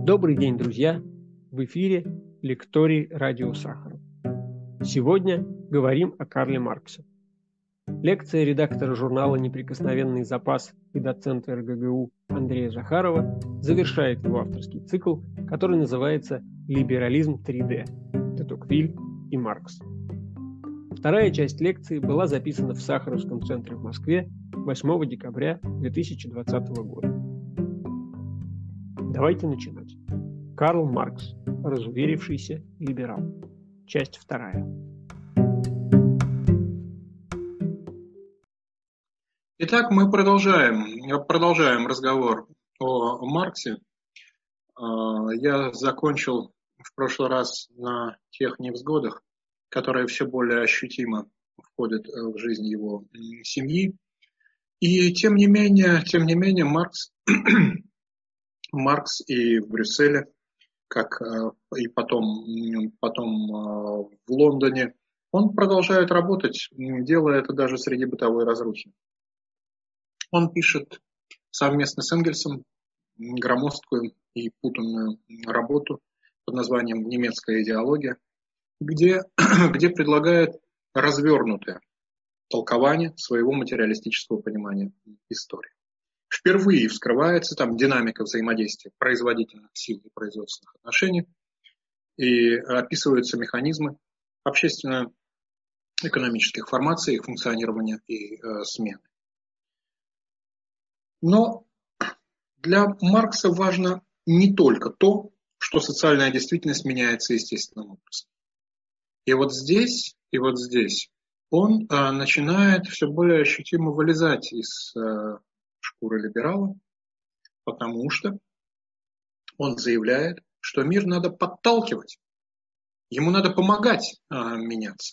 Добрый день, друзья! В эфире лекторий радио Сахаров. Сегодня говорим о Карле Марксе. Лекция редактора журнала «Неприкосновенный запас» и доцента РГГУ Андрея Захарова завершает его авторский цикл, который называется «Либерализм 3D. Де Токвиль и Маркс». Вторая часть лекции была записана в Сахаровском центре в Москве 8 декабря 2020 года. Давайте начинать. Карл Маркс. Разуверившийся либерал. Часть вторая. Итак, мы продолжаем разговор о Марксе. Я закончил в прошлый раз на тех невзгодах, которые все более ощутимо входят в жизнь его семьи. И тем не менее Маркс и в Брюсселе, как и потом в Лондоне, он продолжает работать, делая это даже среди бытовой разрухи. Он пишет совместно с Энгельсом громоздкую и путанную работу под названием «Немецкая идеология», где предлагает развернутое толкование своего материалистического понимания истории. Впервые вскрывается там динамика взаимодействия производительных сил и производственных отношений, и описываются механизмы общественно-экономических формаций, их функционирования и смены. Но для Маркса важно не только то, что социальная действительность меняется естественным образом. И вот здесь он начинает все более ощутимо вылезать из шкуры либерала, потому что он заявляет, что мир надо подталкивать, ему надо помогать меняться,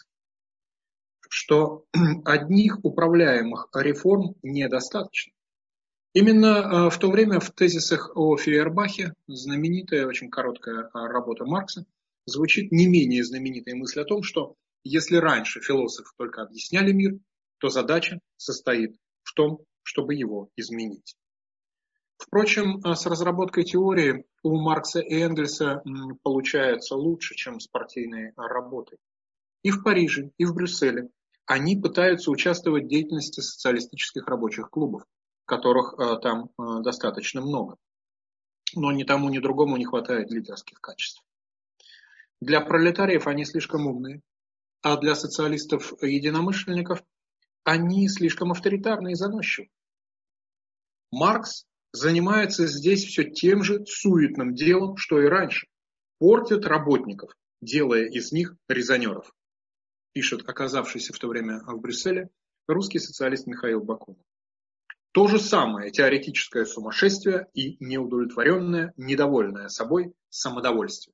что одних управляемых реформ недостаточно. Именно в то время в тезисах о Фейербахе знаменитая, очень короткая работа Маркса звучит не менее знаменитая мысль о том, что если раньше философы только объясняли мир, то задача состоит в том, чтобы его изменить. Впрочем, с разработкой теории у Маркса и Энгельса получается лучше, чем с партийной работой. И в Париже, и в Брюсселе они пытаются участвовать в деятельности социалистических рабочих клубов, которых там достаточно много. Но ни тому, ни другому не хватает лидерских качеств. Для пролетариев они слишком умные, а для социалистов-единомышленников они слишком авторитарны и заносчивы. Маркс занимается здесь все тем же суетным делом, что и раньше. Портит работников, делая из них резонеров, пишет оказавшийся в то время в Брюсселе русский социалист Михаил Бакунин. То же самое теоретическое сумасшествие и неудовлетворенное, недовольное собой самодовольствие.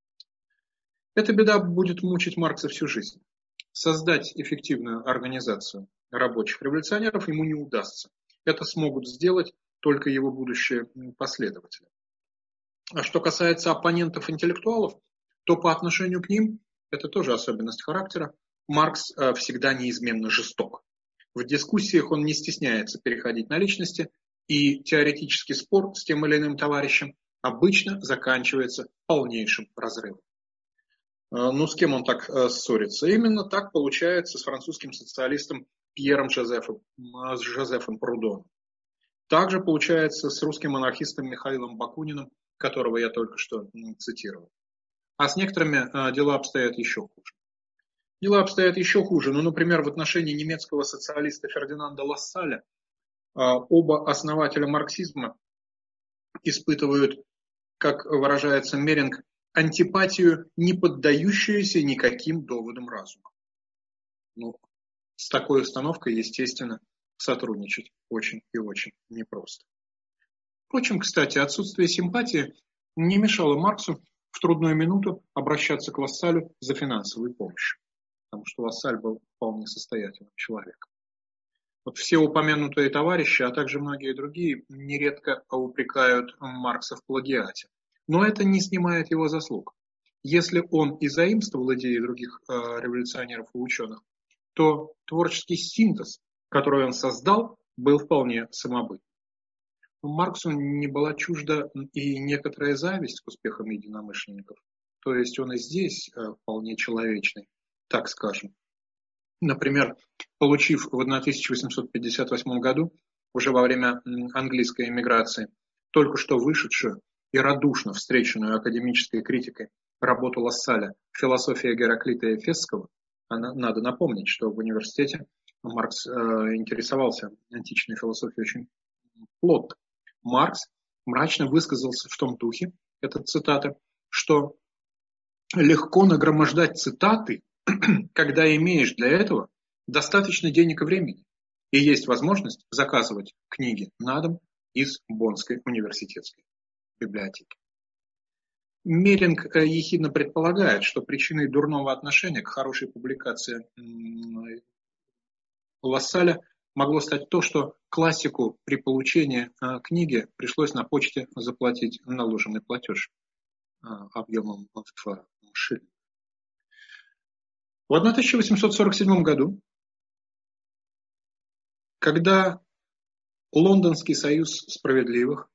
Эта беда будет мучить Маркса всю жизнь. Создать эффективную организацию рабочих революционеров ему не удастся. Это смогут сделать только его будущие последователи. А что касается оппонентов-интеллектуалов, то по отношению к ним, это тоже особенность характера, Маркс всегда неизменно жесток. В дискуссиях он не стесняется переходить на личности, и теоретический спор с тем или иным товарищем обычно заканчивается полнейшим разрывом. Ну, с кем он так ссорится? Именно так получается с французским социалистом Пьером Жозефом Прудоном. Также получается с русским анархистом Михаилом Бакуниным, которого я только что цитировал. А с некоторыми дела обстоят еще хуже. Ну, например, в отношении немецкого социалиста Фердинанда Лассаля оба основателя марксизма испытывают, как выражается Меринг, антипатию, не поддающуюся никаким доводам разума. Ну, с такой установкой, естественно, сотрудничать очень и очень непросто. Впрочем, кстати, отсутствие симпатии не мешало Марксу в трудную минуту обращаться к Лассалю за финансовой помощью, потому что Лассаль был вполне состоятельным человеком. Вот все упомянутые товарищи, а также многие другие, нередко упрекают Маркса в плагиате. Но это не снимает его заслуг. Если он и заимствовал идеи других революционеров и ученых, то творческий синтез, который он создал, был вполне самобытным. Марксу не была чужда и некоторая зависть к успехам единомышленников. То есть он и здесь вполне человечный, так скажем. Например, получив в 1858 году, уже во время английской эмиграции, только что вышедшую и радушно встреченную академической критикой работу Лассаля «Философия Гераклита Эфесского», надо напомнить, что в университете Маркс интересовался античной философией очень плотно. Маркс мрачно высказался в том духе, это цитата, что легко нагромождать цитаты, когда имеешь для этого достаточно денег и времени, и есть возможность заказывать книги на дом из Боннской университетской библиотеки. Меллинг ехидно предполагает, что причиной дурного отношения к хорошей публикации Лассаля могло стать то, что классику при получении книги пришлось на почте заплатить наложенный платеж объемом в шиллинг. В 1847 году, когда Лондонский союз справедливых,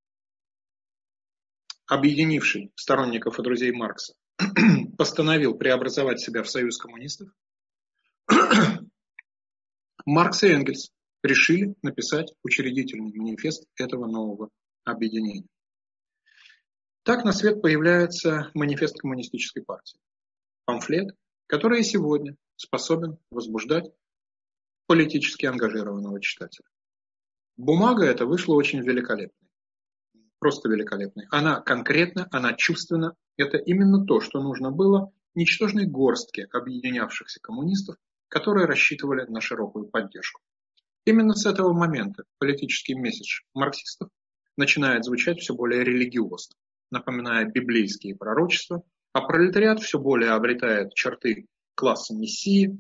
объединивший сторонников и друзей Маркса, постановил преобразовать себя в союз коммунистов, Маркс и Энгельс решили написать учредительный манифест этого нового объединения. Так на свет появляется манифест коммунистической партии. Памфлет, который и сегодня способен возбуждать политически ангажированного читателя. Бумага эта вышла очень великолепной. Просто великолепной. Она конкретна, она чувственна. Это именно то, что нужно было ничтожной горстке объединявшихся коммунистов, которые рассчитывали на широкую поддержку. Именно с этого момента политический месседж марксистов начинает звучать все более религиозно, напоминая библейские пророчества, а пролетариат все более обретает черты класса мессии,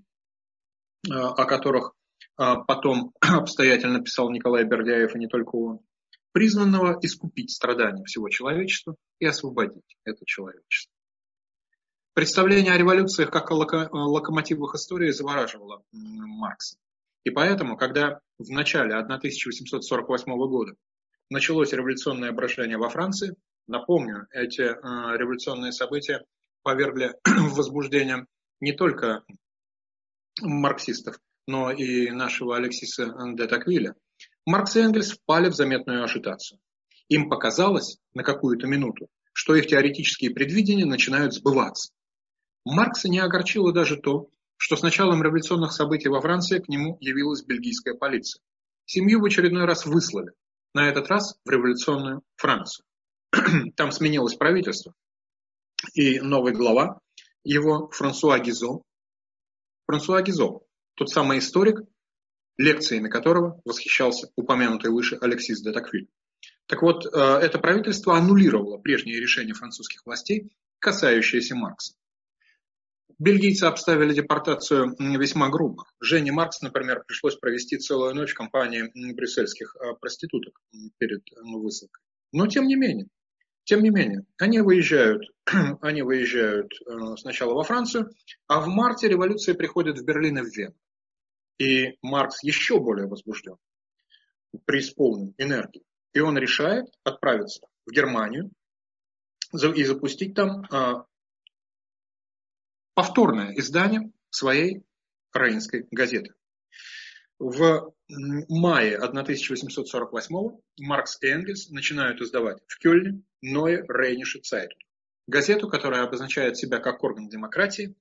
о которых потом обстоятельно писал Николай Бердяев, и не только он, призванного искупить страдания всего человечества и освободить это человечество. Представление о революциях как о локомотивах истории завораживало Маркса. И поэтому, когда в начале 1848 года началось революционное брожение во Франции, напомню, эти революционные события повергли в возбуждение не только марксистов, но и нашего Алексиса де Токвиля, Маркс и Энгельс впали в заметную ажитацию. Им показалось на какую-то минуту, что их теоретические предвидения начинают сбываться. Маркса не огорчило даже то, что с началом революционных событий во Франции к нему явилась бельгийская полиция. Семью в очередной раз выслали, на этот раз в революционную Францию. Там сменилось правительство, и новый глава его Франсуа Гизо. Франсуа Гизо, тот самый историк, лекциями которого восхищался упомянутый выше Алексис де Токвиль. Так вот, это правительство аннулировало прежние решения французских властей, касающиеся Маркса. Бельгийцы обставили депортацию весьма грубо. Жене Маркс, например, пришлось провести целую ночь в компании брюссельских проституток перед высылкой. Но тем не менее, они выезжают сначала во Францию, а в марте революция приходит в Берлин и в Вену. И Маркс еще более возбужден, преисполнен энергией. И он решает отправиться в Германию и запустить там повторное издание своей Рейнской газеты. В мае 1848 Маркс и Энгельс начинают издавать в Кёльне Neue Rheinische Zeitung, газету, которая обозначает себя как орган демократии,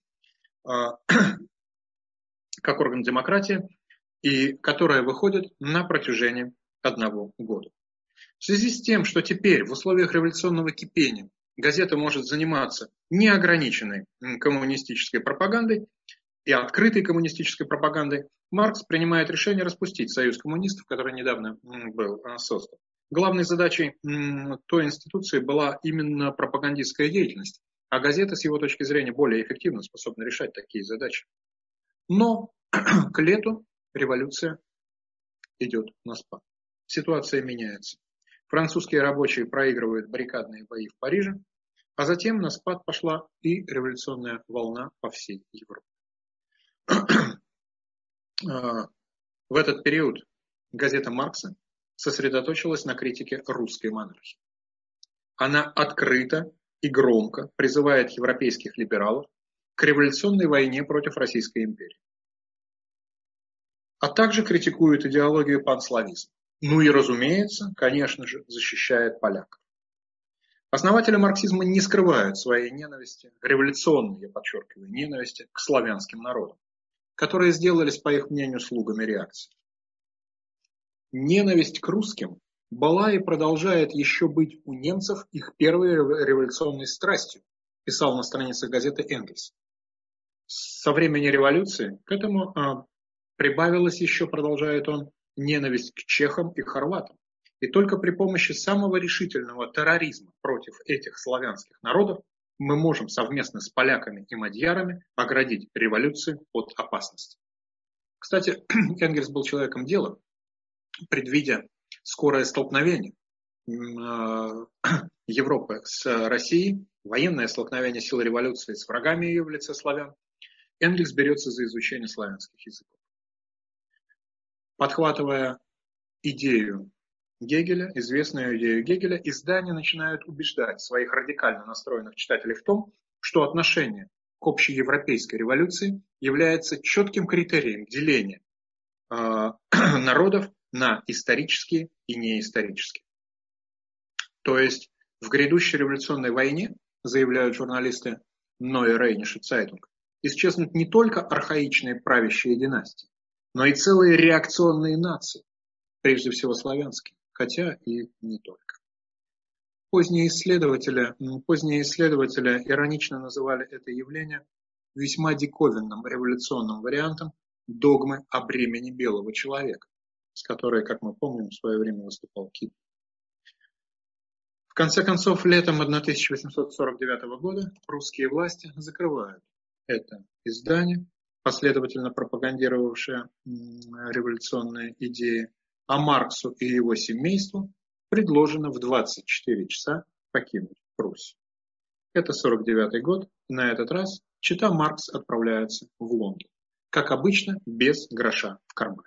и которая выходит на протяжении 1 года. В связи с тем, что теперь в условиях революционного кипения газета может заниматься неограниченной коммунистической пропагандой и открытой коммунистической пропагандой, Маркс принимает решение распустить Союз коммунистов, который недавно был создан. Главной задачей той институции была именно пропагандистская деятельность, а газета, с его точки зрения, более эффективно способна решать такие задачи. Но к лету революция идет на спад. Ситуация меняется. Французские рабочие проигрывают баррикадные бои в Париже, а затем на спад пошла и революционная волна по всей Европе. В этот период газета Маркса сосредоточилась на критике русской монархии. Она открыто и громко призывает европейских либералов к революционной войне против Российской империи. А также критикует идеологию панславизма. Ну и, разумеется, конечно же, защищает поляков. Основатели марксизма не скрывают своей ненависти, революционной, я подчеркиваю, ненависти к славянским народам, которые сделались, по их мнению, слугами реакции. Ненависть к русским была и продолжает еще быть у немцев их первой революционной страстью, писал на страницах газеты Энгельс. Со времени революции к этому прибавилась еще, продолжает он, ненависть к чехам и хорватам. И только при помощи самого решительного терроризма против этих славянских народов мы можем совместно с поляками и мадьярами оградить революцию от опасности. Кстати, Энгельс был человеком дела, предвидя скорое столкновение Европы с Россией, военное столкновение сил революции с врагами ее в лице славян, Энгельс берется за изучение славянских языков. Подхватывая идею Гегеля, известную идею Гегеля, издания начинают убеждать своих радикально настроенных читателей в том, что отношение к общеевропейской революции является четким критерием деления народов на исторические и неисторические. То есть в грядущей революционной войне, заявляют журналисты Neue Rheinische Zeitung, исчезнут не только архаичные правящие династии, но и целые реакционные нации, прежде всего славянские, хотя и не только. Поздние исследователи иронично называли это явление весьма диковинным революционным вариантом догмы о бремени белого человека, с которой, как мы помним, в свое время выступал Кит. В конце концов, летом 1849 года русские власти закрывают это издание, последовательно пропагандировавшее революционные идеи, а Марксу и его семейству предложено в 24 часа покинуть Пруссию. Это 49-й год, и на этот раз чета Маркс отправляется в Лондон, как обычно, без гроша в кармане.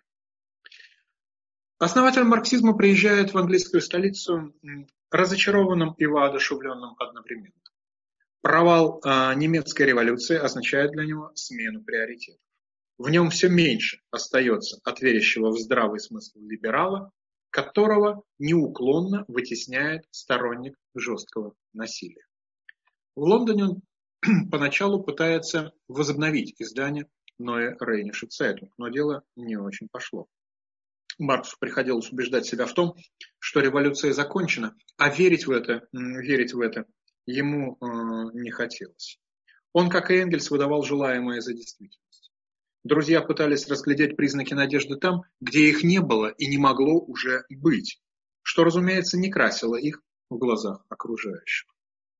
Основатель марксизма приезжает в английскую столицу разочарованным и воодушевленным одновременно. Провал немецкой революции означает для него смену приоритетов. В нем все меньше остается от верящего в здравый смысл либерала, которого неуклонно вытесняет сторонник жесткого насилия. В Лондоне он поначалу пытается возобновить издание Neue Rheinische Zeitung, но дело не очень пошло. Марксу приходилось убеждать себя в том, что революция закончена, а верить в это ему не хотелось. Он, как и Энгельс, выдавал желаемое за действительность. Друзья пытались разглядеть признаки надежды там, где их не было и не могло уже быть, что, разумеется, не красило их в глазах окружающих.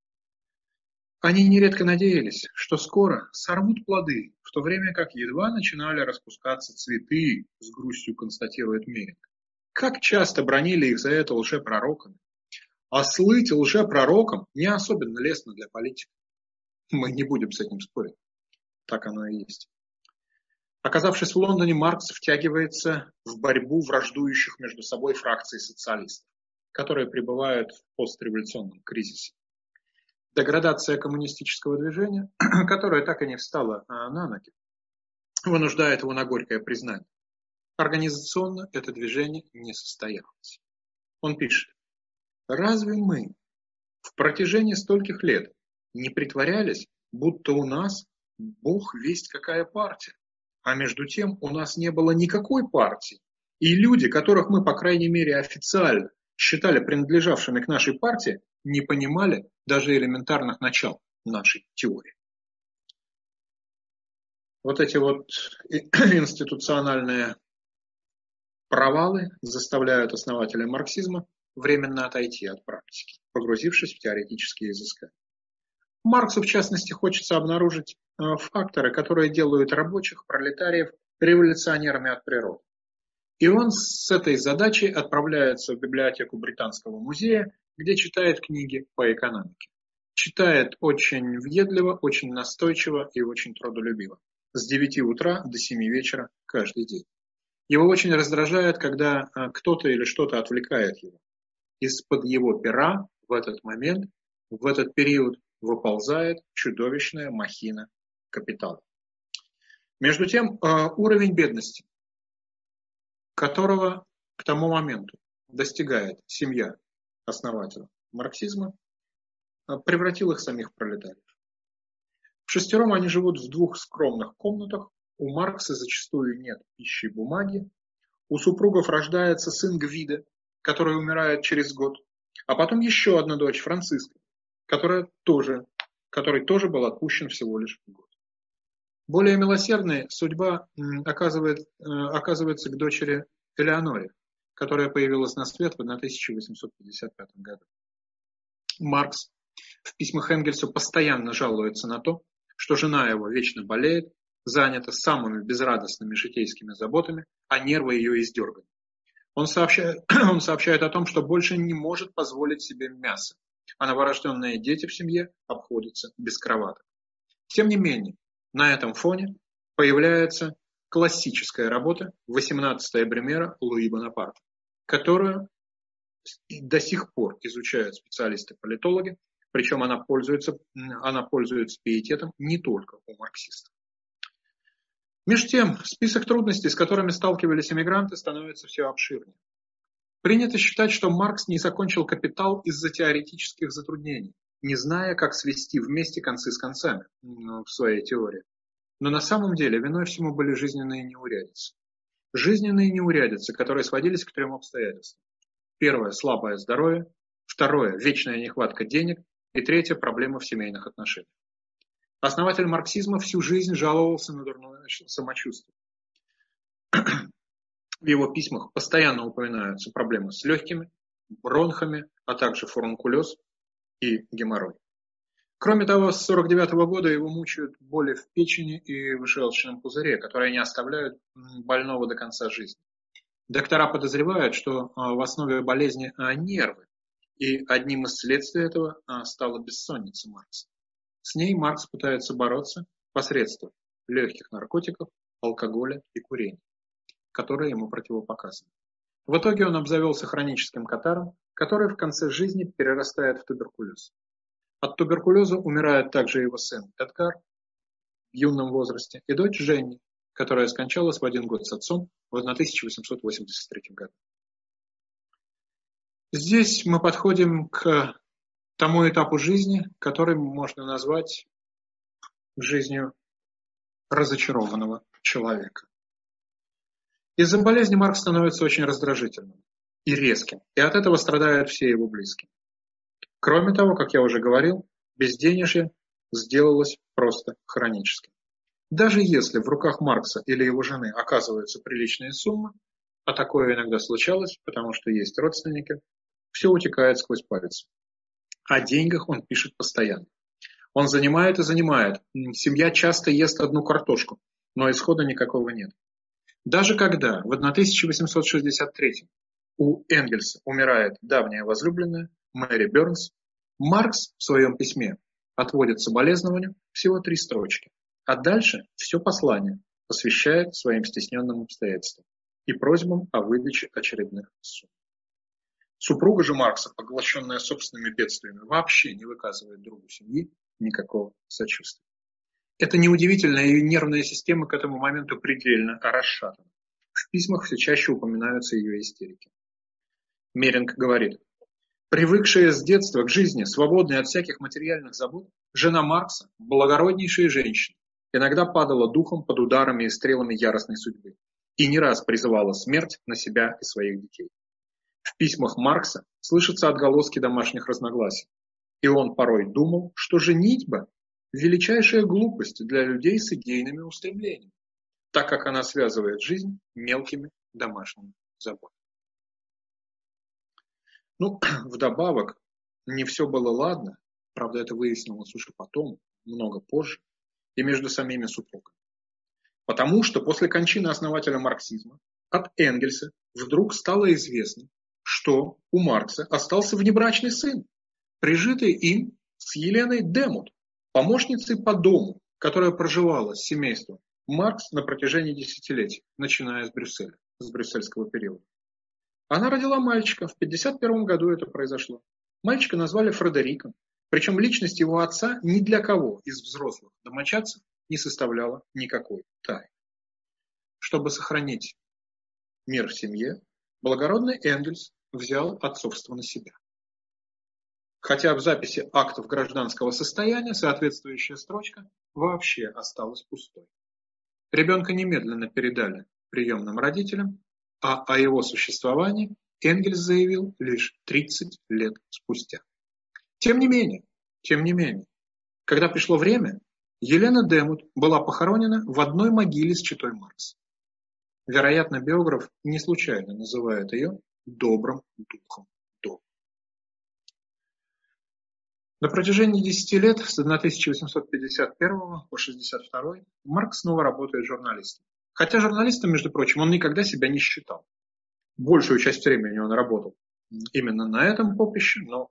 Они нередко надеялись, что скоро сорвут плоды, в то время как едва начинали распускаться цветы, с грустью констатирует Меринг. Как часто бранили их за это лжепророками. А слыть лжепророком не особенно лестно для политиков. Мы не будем с этим спорить. Так оно и есть. Оказавшись в Лондоне, Маркс втягивается в борьбу враждующих между собой фракций социалистов, которые пребывают в постреволюционном кризисе. Деградация коммунистического движения, которое так и не встало на ноги, вынуждает его на горькое признание. Организационно это движение не состоялось. Он пишет: «Разве мы в протяжении стольких лет не притворялись, будто у нас бог весть какая партия, а между тем у нас не было никакой партии, и люди, которых мы, по крайней мере, официально считали принадлежавшими к нашей партии, не понимали даже элементарных начал нашей теории». Вот эти вот институциональные провалы заставляют основателя марксизма временно отойти от практики, погрузившись в теоретические изыскания. Марксу, в частности, хочется обнаружить факторы, которые делают рабочих, пролетариев революционерами от природы. И он с этой задачей отправляется в библиотеку Британского музея, где читает книги по экономике. Читает очень въедливо, очень настойчиво и очень трудолюбиво. С 9 утра до 7 вечера каждый день. Его очень раздражает, когда кто-то или что-то отвлекает его. Из-под его пера в этот момент, в этот период выползает чудовищная махина капитала. Между тем, уровень бедности, которого к тому моменту достигает семья основателя марксизма, превратил их самих в пролетариев. Вшестером они живут в двух скромных комнатах. У Маркса зачастую нет пищи и бумаги. У супругов рождается сын Гвидо, который умирает через год. А потом еще одна дочь, Франциска, которой тоже был отпущен всего лишь год. Более милосердной судьба оказывается к дочери Элеоноре, которая появилась на свет в 1855 году. Маркс в письмах Энгельсу постоянно жалуется на то, что жена его вечно болеет, занята самыми безрадостными житейскими заботами, а нервы ее издерганы. Он сообщает о том, что больше не может позволить себе мясо, а новорожденные дети в семье обходятся без кроваток. Тем не менее, на этом фоне появляется классическая работа «18-я Бремера» Луи Бонапарта, которую до сих пор изучают специалисты-политологи, причем она пользуется пиететом не только у марксистов. Между тем, список трудностей, с которыми сталкивались эмигранты, становится все обширнее. Принято считать, что Маркс не закончил «Капитал» из-за теоретических затруднений, не зная, как свести вместе концы с концами в своей теории. Но на самом деле виной всему были жизненные неурядицы. Жизненные неурядицы, которые сводились к 3 обстоятельствам. Первое – слабое здоровье. Второе – вечная нехватка денег. И третье – проблемы в семейных отношениях. Основатель марксизма всю жизнь жаловался на дурное самочувствие. В его письмах постоянно упоминаются проблемы с легкими, бронхами, а также фурункулез и геморрой. Кроме того, с 1949 года его мучают боли в печени и в желчном пузыре, которые не оставляют больного до конца жизни. Доктора подозревают, что в основе болезни нервы, и одним из следствий этого стала бессонница Маркса. С ней Маркс пытается бороться посредством легких наркотиков, алкоголя и курения, которые ему противопоказаны. В итоге он обзавелся хроническим катаром, который в конце жизни перерастает в туберкулез. От туберкулеза умирает также его сын Эдгар в юном возрасте и дочь Женни, которая скончалась в 1 год с отцом в 1883 году. Здесь мы подходим к тому этапу жизни, который можно назвать жизнью разочарованного человека. Из-за болезни Маркс становится очень раздражительным и резким, и от этого страдают все его близкие. Кроме того, как я уже говорил, безденежье сделалось просто хроническим. Даже если в руках Маркса или его жены оказываются приличные суммы, а такое иногда случалось, потому что есть родственники, все утекает сквозь пальцы. О деньгах он пишет постоянно. Он занимает и занимает. Семья часто ест одну картошку, но исхода никакого нет. Даже когда в 1863 у Энгельса умирает давняя возлюбленная Мэри Бернс, Маркс в своем письме отводит соболезнованию всего 3 строчки, а дальше все послание посвящает своим стесненным обстоятельствам и просьбам о выдаче очередных сумм. Супруга же Маркса, поглощенная собственными бедствиями, вообще не выказывает другу семьи никакого сочувствия. Это неудивительно, ее нервная система к этому моменту предельно расшатана. В письмах все чаще упоминаются ее истерики. Меринг говорит: привыкшая с детства к жизни, свободной от всяких материальных забот, жена Маркса, благороднейшая женщина, иногда падала духом под ударами и стрелами яростной судьбы и не раз призывала смерть на себя и своих детей. В письмах Маркса слышатся отголоски домашних разногласий, и он порой думал, что женитьба – величайшая глупость для людей с идейными устремлениями, так как она связывает жизнь мелкими домашними заботами. Вдобавок, не все было ладно, правда, это выяснилось уже потом, много позже, и между самими супругами. Потому что после кончины основателя марксизма от Энгельса вдруг стало известно, что у Маркса остался внебрачный сын, прижитый им с Еленой Демут, помощницей по дому, которая проживала с семейством Маркс на протяжении десятилетий, начиная с Брюсселя. с брюссельского периода. Она родила мальчика, в 1951 году это произошло. Мальчика назвали Фредериком, причем личность его отца ни для кого из взрослых домочадцев не составляла никакой тайны. Чтобы сохранить мир в семье, благородный Энгельс взял отцовство на себя. Хотя в записи актов гражданского состояния соответствующая строчка вообще осталась пустой. Ребенка немедленно передали приемным родителям, а о его существовании Энгельс заявил лишь 30 лет спустя. Тем не менее, когда пришло время, Елена Демут была похоронена в одной могиле с читой Маркса. Вероятно, биограф не случайно называет ее добрым духом дома. На протяжении 10 лет, с 1851 по 1962, Маркс снова работает журналистом. Хотя журналистом, между прочим, он никогда себя не считал. Большую часть времени он работал именно на этом поприще, но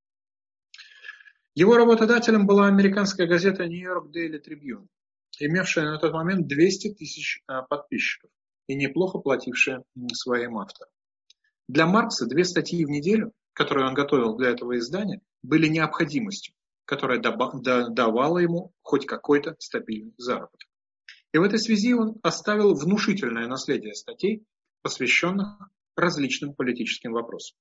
его работодателем была американская газета New York Daily Tribune, имевшая на тот момент 200 тысяч подписчиков и неплохо платившая своим авторам. Для Маркса 2 статьи в неделю, которые он готовил для этого издания, были необходимостью, которая давала ему хоть какой-то стабильный заработок. И в этой связи он оставил внушительное наследие статей, посвященных различным политическим вопросам.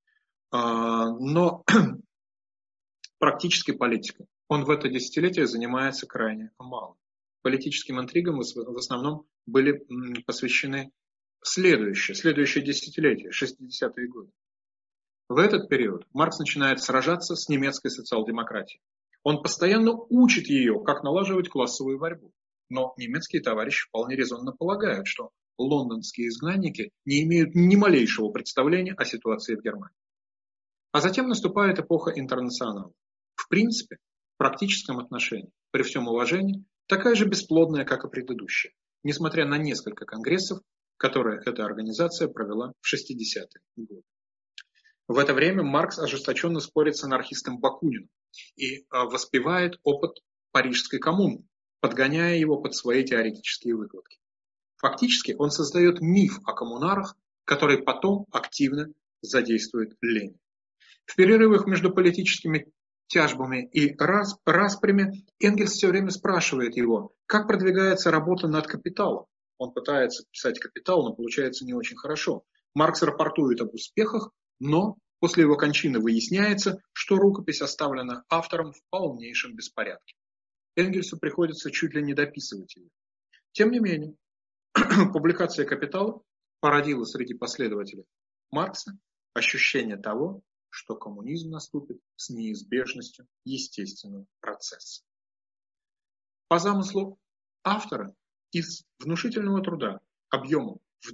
Но практической политикой он в это десятилетие занимается крайне мало. Политическим интригам в основном были посвящены следующее десятилетие, 60-е годы. В этот период Маркс начинает сражаться с немецкой социал-демократией. Он постоянно учит ее, как налаживать классовую борьбу. Но немецкие товарищи вполне резонно полагают, что лондонские изгнанники не имеют ни малейшего представления о ситуации в Германии. А затем наступает эпоха интернационала. В принципе, в практическом отношении, при всем уважении, такая же бесплодная, как и предыдущая, несмотря на несколько конгрессов, которые эта организация провела в 60-е годы. В это время Маркс ожесточенно спорит с анархистом Бакуниным и воспевает опыт Парижской коммуны, подгоняя его под свои теоретические выкладки. Фактически он создает миф о коммунарах, который потом активно задействует Ленин. В перерывах между политическими тяжбами и распрями Энгельс все время спрашивает его, как продвигается работа над «Капиталом». Он пытается писать «Капитал», но получается не очень хорошо. Маркс рапортует об успехах, но после его кончины выясняется, что рукопись оставлена автором в полнейшем беспорядке. Энгельсу приходится чуть ли не дописывать ее. Тем не менее, публикация «Капитала» породила среди последователей Маркса ощущение того, что коммунизм наступит с неизбежностью естественного процесса. По замыслу автора из внушительного труда объемом в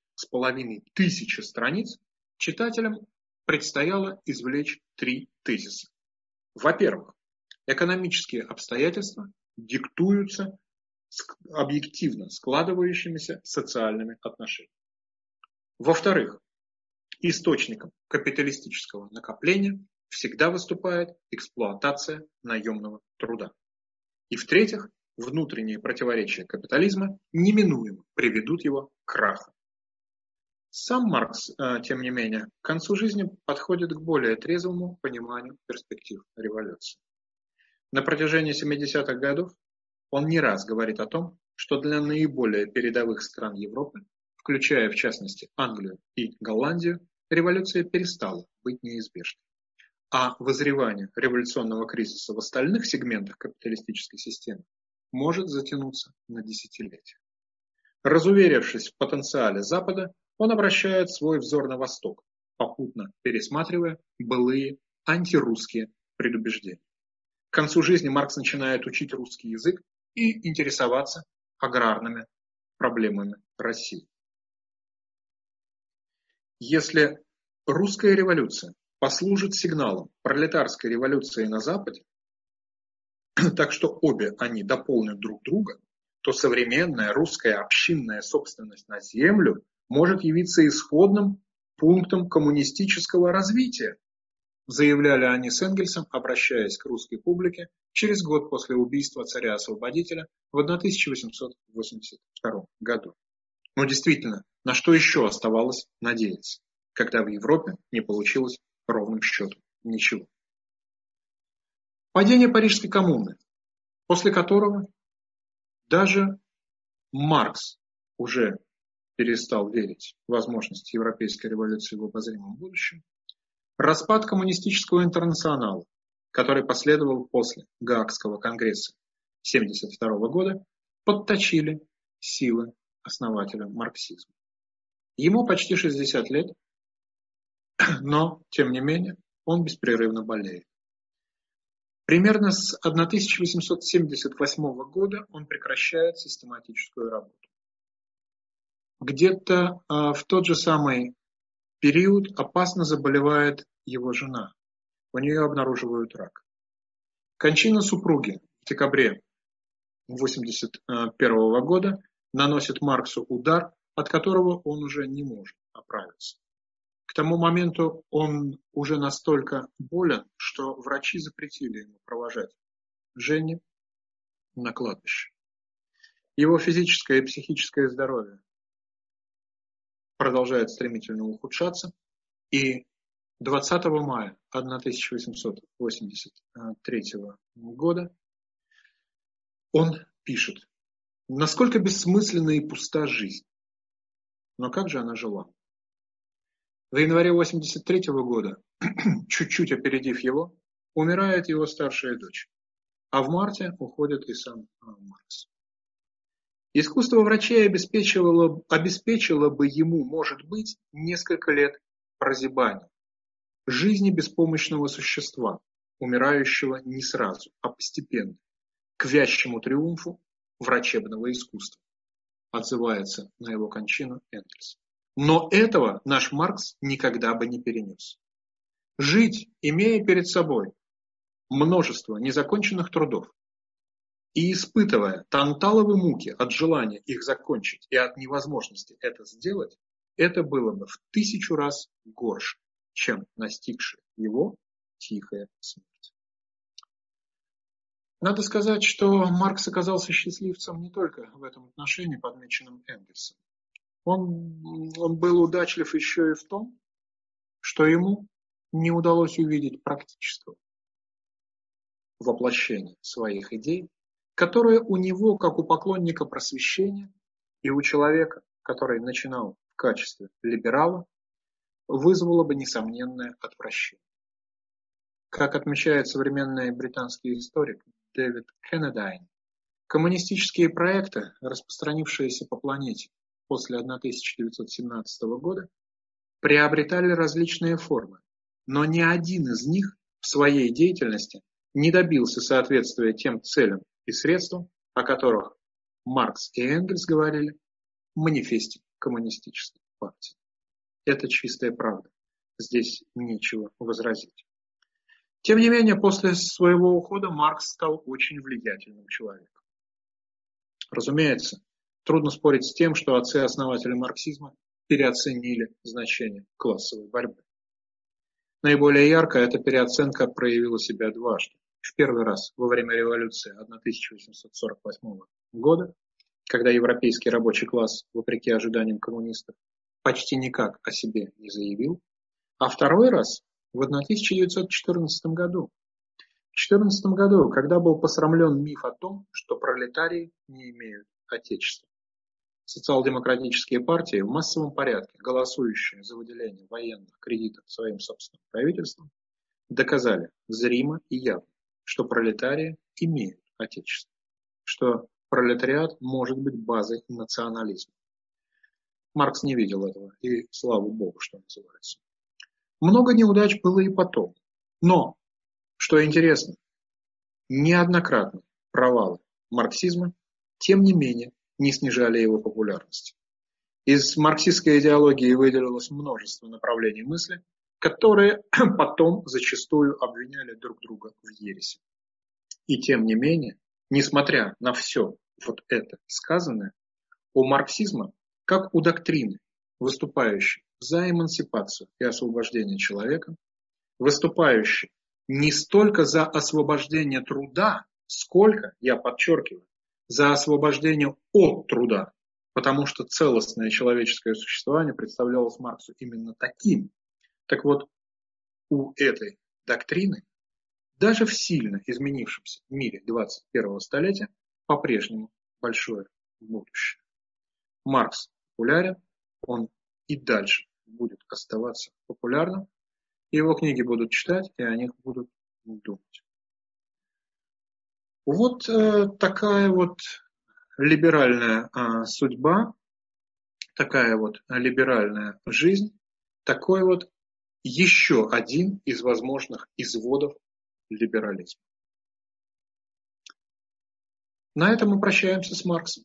2500 страниц читателям предстояло извлечь 3 тезиса. Во-первых, экономические обстоятельства диктуются объективно складывающимися социальными отношениями. Во-вторых, источником капиталистического накопления всегда выступает эксплуатация наемного труда. И в-третьих, внутренние противоречия капитализма неминуемо приведут его к краху. Сам Маркс, тем не менее, к концу жизни подходит к более трезвому пониманию перспектив революции. На протяжении 70-х годов он не раз говорит о том, что для наиболее передовых стран Европы, включая в частности Англию и Голландию, революция перестала быть неизбежной. А вызревание революционного кризиса в остальных сегментах капиталистической системы может затянуться на десятилетия. Разуверившись в потенциале Запада, он обращает свой взор на восток, попутно пересматривая былые антирусские предубеждения. К концу жизни Маркс начинает учить русский язык и интересоваться аграрными проблемами России. Если русская революция послужит сигналом пролетарской революции на Западе, так что обе они дополнят друг друга, то современная русская общинная собственность на землю может явиться исходным пунктом коммунистического развития, заявляли они с Энгельсом, обращаясь к русской публике через год после убийства царя-освободителя в 1882 году. Но действительно, на что еще оставалось надеяться, когда в Европе не получилось ровным счетом ничего? Падение Парижской коммуны, после которого даже Маркс уже перестал верить в возможность европейской революции в обозримом будущем, распад коммунистического интернационала, который последовал после Гаагского конгресса 1972 года, подточили силы основателя марксизма. Ему почти 60 лет, но, тем не менее, он беспрерывно болеет. Примерно с 1878 года он прекращает систематическую работу. Где-то в тот же самый период опасно заболевает его жена. У нее обнаруживают рак. Кончина супруги в декабре 1981 года наносит Марксу удар, от которого он уже не может оправиться. К тому моменту он уже настолько болен, что врачи запретили ему провожать Женю на кладбище. Его физическое и психическое здоровье продолжает стремительно ухудшаться, и 20 мая 1883 года он пишет: «Насколько бессмысленна и пуста жизнь, но как же она жила?» В январе 1983 года, чуть-чуть опередив его, умирает его старшая дочь, а в марте уходит и сам Маркс. Искусство врачей обеспечило бы ему, может быть, несколько лет прозябания, жизни беспомощного существа, умирающего не сразу, а постепенно, к вящему триумфу врачебного искусства, отзывается на его кончину Энгельс. Но этого наш Маркс никогда бы не перенес. Жить, имея перед собой множество незаконченных трудов и испытывая танталовые муки от желания их закончить и от невозможности это сделать, это было бы в 1000 раз горше, чем настигшая его тихая смерть. Надо сказать, что Маркс оказался счастливцем не только в этом отношении, подмеченном Энгельсом. Он был удачлив еще и в том, что ему не удалось увидеть практического воплощения своих идей, которое у него, как у поклонника просвещения и у человека, который начинал в качестве либерала, вызвало бы несомненное отвращение. Как отмечает современный британский историк Дэвид Кеннедайн, коммунистические проекты, распространившиеся по планете после 1917 года, приобретали различные формы, но ни один из них в своей деятельности не добился соответствия тем целям и средствам, о которых Маркс и Энгельс говорили в манифесте коммунистической партии. Это чистая правда. Здесь нечего возразить. Тем не менее, после своего ухода Маркс стал очень влиятельным человеком. Разумеется, трудно спорить с тем, что отцы-основатели марксизма переоценили значение классовой борьбы. Наиболее ярко эта переоценка проявила себя дважды. В первый раз во время революции 1848 года, когда европейский рабочий класс, вопреки ожиданиям коммунистов, почти никак о себе не заявил, а второй раз в 1914 году. В 1914 году, когда был посрамлен миф о том, что пролетарии не имеют отечества. Социал-демократические партии в массовом порядке, голосующие за выделение военных кредитов своим собственным правительством, доказали зримо и явно, что пролетарии имеют отечество, что пролетариат может быть базой национализма. Маркс не видел этого, и слава богу, что называется. Много неудач было и потом. Но, что интересно, неоднократные провалы марксизма, тем не менее, не снижали его популярности. Из марксистской идеологии выделилось множество направлений мысли, которые потом зачастую обвиняли друг друга в ереси. И тем не менее, несмотря на все вот это сказанное, у марксизма, как у доктрины, выступающей за эмансипацию и освобождение человека, выступающей не столько за освобождение труда, сколько, я подчеркиваю, за освобождение от труда, потому что целостное человеческое существование представлялось Марксу именно таким. Так вот, у этой доктрины даже в сильно изменившемся мире 21-го столетия по-прежнему большое будущее. Маркс популярен, он и дальше будет оставаться популярным, его книги будут читать, и о них будут думать. Вот такая вот либеральная судьба, такая вот либеральная жизнь, такой вот еще один из возможных изводов либерализма. На этом мы прощаемся с Марксом.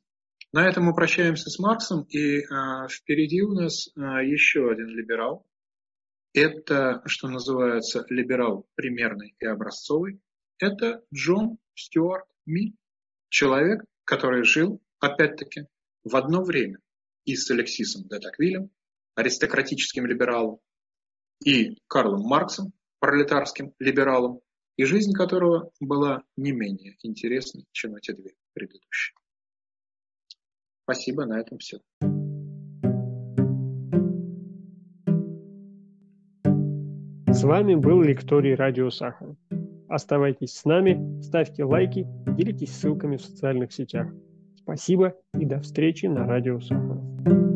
И впереди у нас еще один либерал. Это, что называется, либерал примерный и образцовый. Это Джон Стюарт Милл. Человек, который жил, опять-таки, в одно время и с Алексисом де Токвилем, аристократическим либералом, и Карлом Марксом, пролетарским либералом, и жизнь которого была не менее интересной, чем эти две предыдущие. Спасибо, на этом все. С вами был лекторий Радио Сахара. Оставайтесь с нами, ставьте лайки, делитесь ссылками в социальных сетях. Спасибо и до встречи на Радио Сахара.